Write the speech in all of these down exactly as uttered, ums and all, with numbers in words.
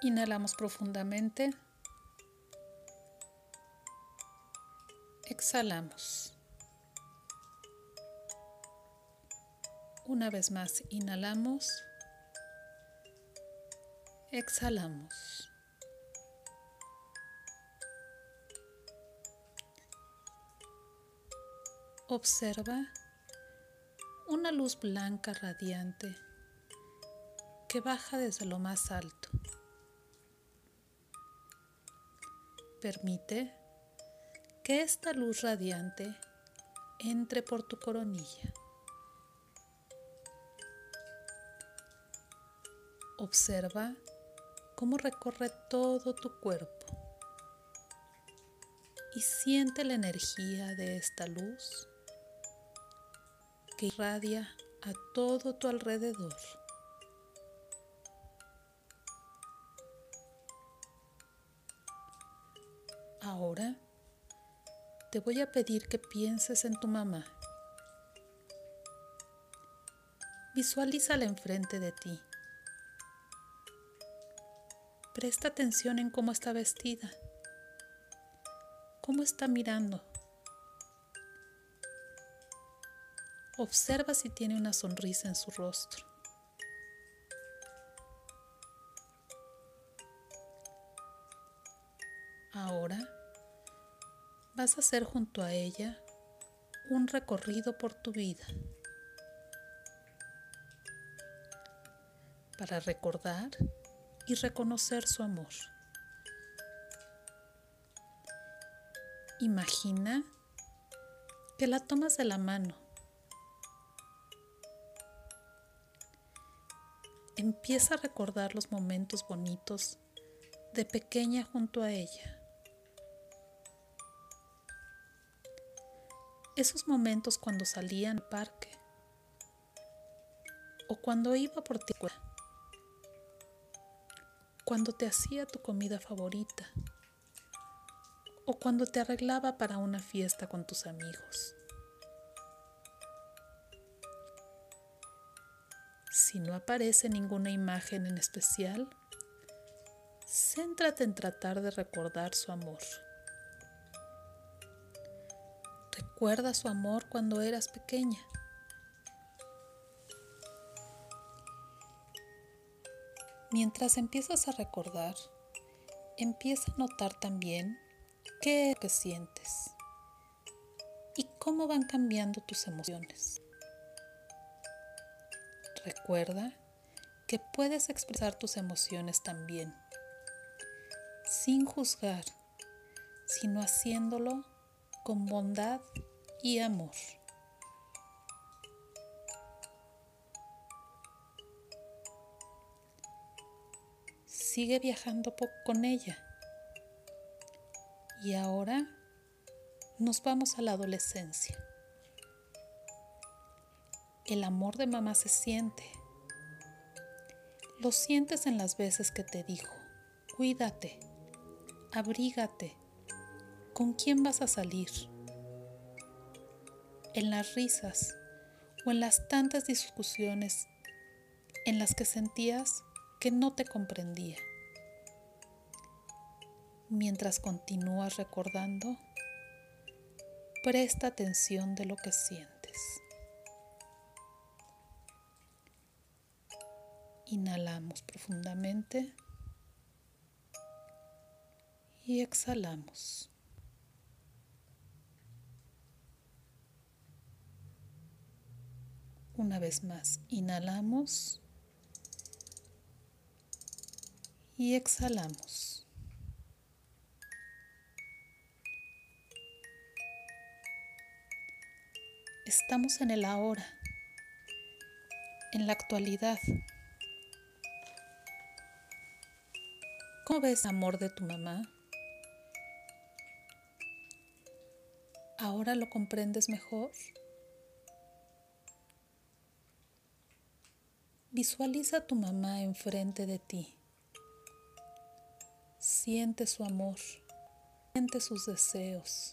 Inhalamos profundamente. Exhalamos. Una vez más, inhalamos. Exhalamos. Observa una luz blanca radiante que baja desde lo más alto. Permite que esta luz radiante entre por tu coronilla. Observa cómo recorre todo tu cuerpo y siente la energía de esta luz que irradia a todo tu alrededor. Ahora te voy a pedir que pienses en tu mamá. Visualízala enfrente de ti. Presta atención en cómo está vestida, cómo está mirando. Observa si tiene una sonrisa en su rostro. Ahora vas a hacer junto a ella un recorrido por tu vida para recordar y reconocer su amor. Imagina que la tomas de la mano. Empieza a recordar los momentos bonitos de pequeña junto a ella. Esos momentos cuando salía al parque o cuando iba por ti, cuando te hacía tu comida favorita o cuando te arreglaba para una fiesta con tus amigos. Si no aparece ninguna imagen en especial, céntrate en tratar de recordar su amor. Recuerda su amor cuando eras pequeña. Mientras empiezas a recordar, empieza a notar también qué es lo que sientes y cómo van cambiando tus emociones. Recuerda que puedes expresar tus emociones también, sin juzgar, sino haciéndolo con bondad y amor. Sigue viajando con ella. Y ahora nos vamos a la adolescencia. El amor de mamá se siente. Lo sientes en las veces que te dijo, cuídate, abrígate, ¿con quién vas a salir? En las risas o en las tantas discusiones en las que sentías que no te comprendía. Mientras continúas recordando, presta atención de lo que sientes. Inhalamos profundamente y exhalamos. Una vez más, inhalamos y exhalamos. Estamos en el ahora, en la actualidad. ¿Cómo ves el amor de tu mamá? ¿Ahora lo comprendes mejor? Visualiza a tu mamá enfrente de ti. Siente su amor, siente sus deseos.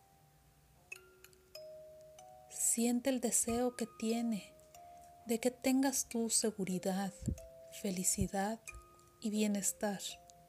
Siente el deseo que tiene de que tengas tu seguridad, felicidad y bienestar.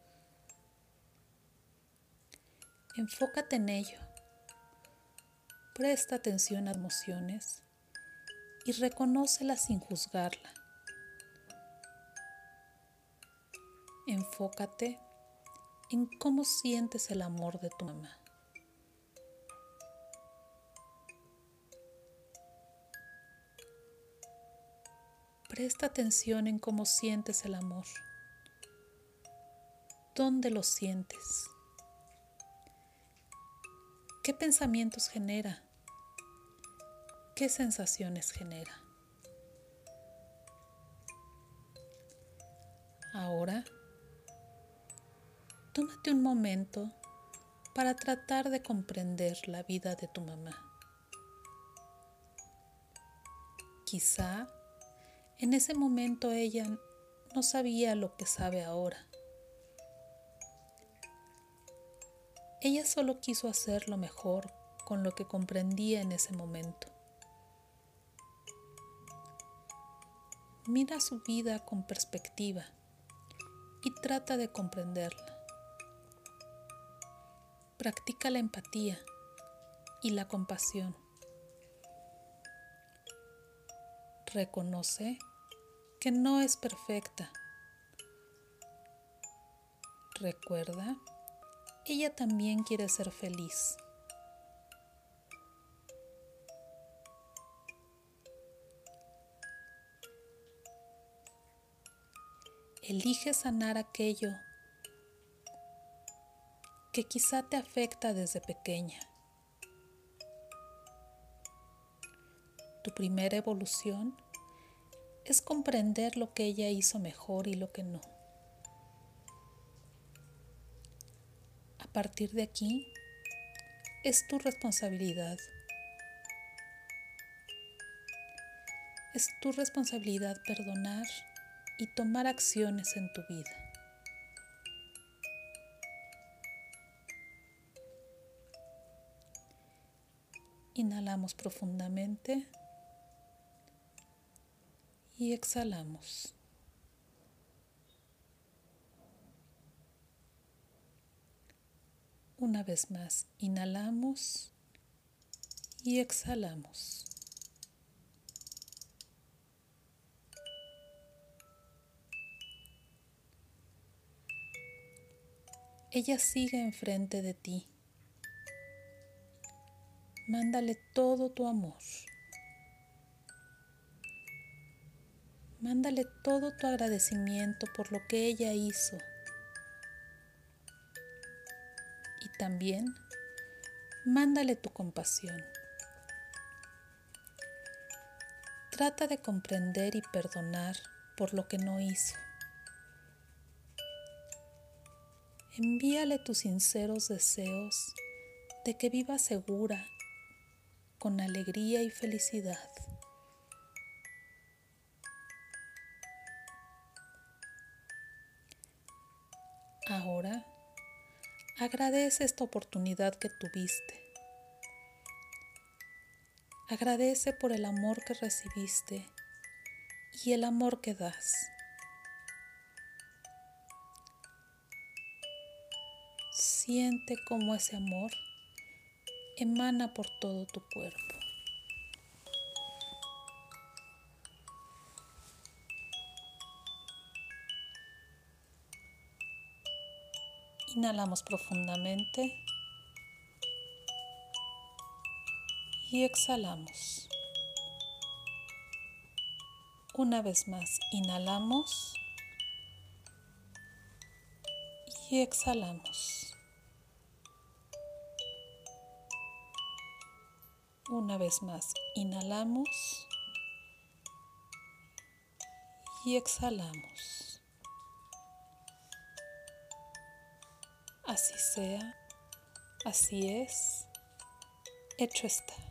Enfócate en ello. Presta atención a las emociones y reconócelas sin juzgarla. Enfócate en cómo sientes el amor de tu mamá. Presta atención en cómo sientes el amor. ¿Dónde lo sientes? ¿Qué pensamientos genera? ¿Qué sensaciones genera? Ahora, tómate un momento para tratar de comprender la vida de tu mamá. Quizá en ese momento ella no sabía lo que sabe ahora. Ella solo quiso hacer lo mejor con lo que comprendía en ese momento. Mira su vida con perspectiva y trata de comprenderla. Practica la empatía y la compasión. Reconoce que no es perfecta. Recuerda, ella también quiere ser feliz. Elige sanar aquello que quizá te afecta desde pequeña. Tu primera evolución es comprender lo que ella hizo mejor y lo que no. A partir de aquí, es tu responsabilidad. Es tu responsabilidad perdonar y tomar acciones en tu vida. Inhalamos profundamente y exhalamos. Una vez más, inhalamos y exhalamos. Ella sigue enfrente de ti. Mándale todo tu amor. Mándale todo tu agradecimiento por lo que ella hizo. Y también mándale tu compasión. Trata de comprender y perdonar por lo que no hizo. Envíale tus sinceros deseos de que viva segura, con alegría y felicidad. Ahora, agradece esta oportunidad que tuviste. Agradece por el amor que recibiste y el amor que das. Siente cómo ese amor emana por todo tu cuerpo. Inhalamos profundamente y exhalamos. Una vez más, inhalamos y exhalamos. Una vez más, inhalamos y exhalamos. Así sea, así es, hecho está.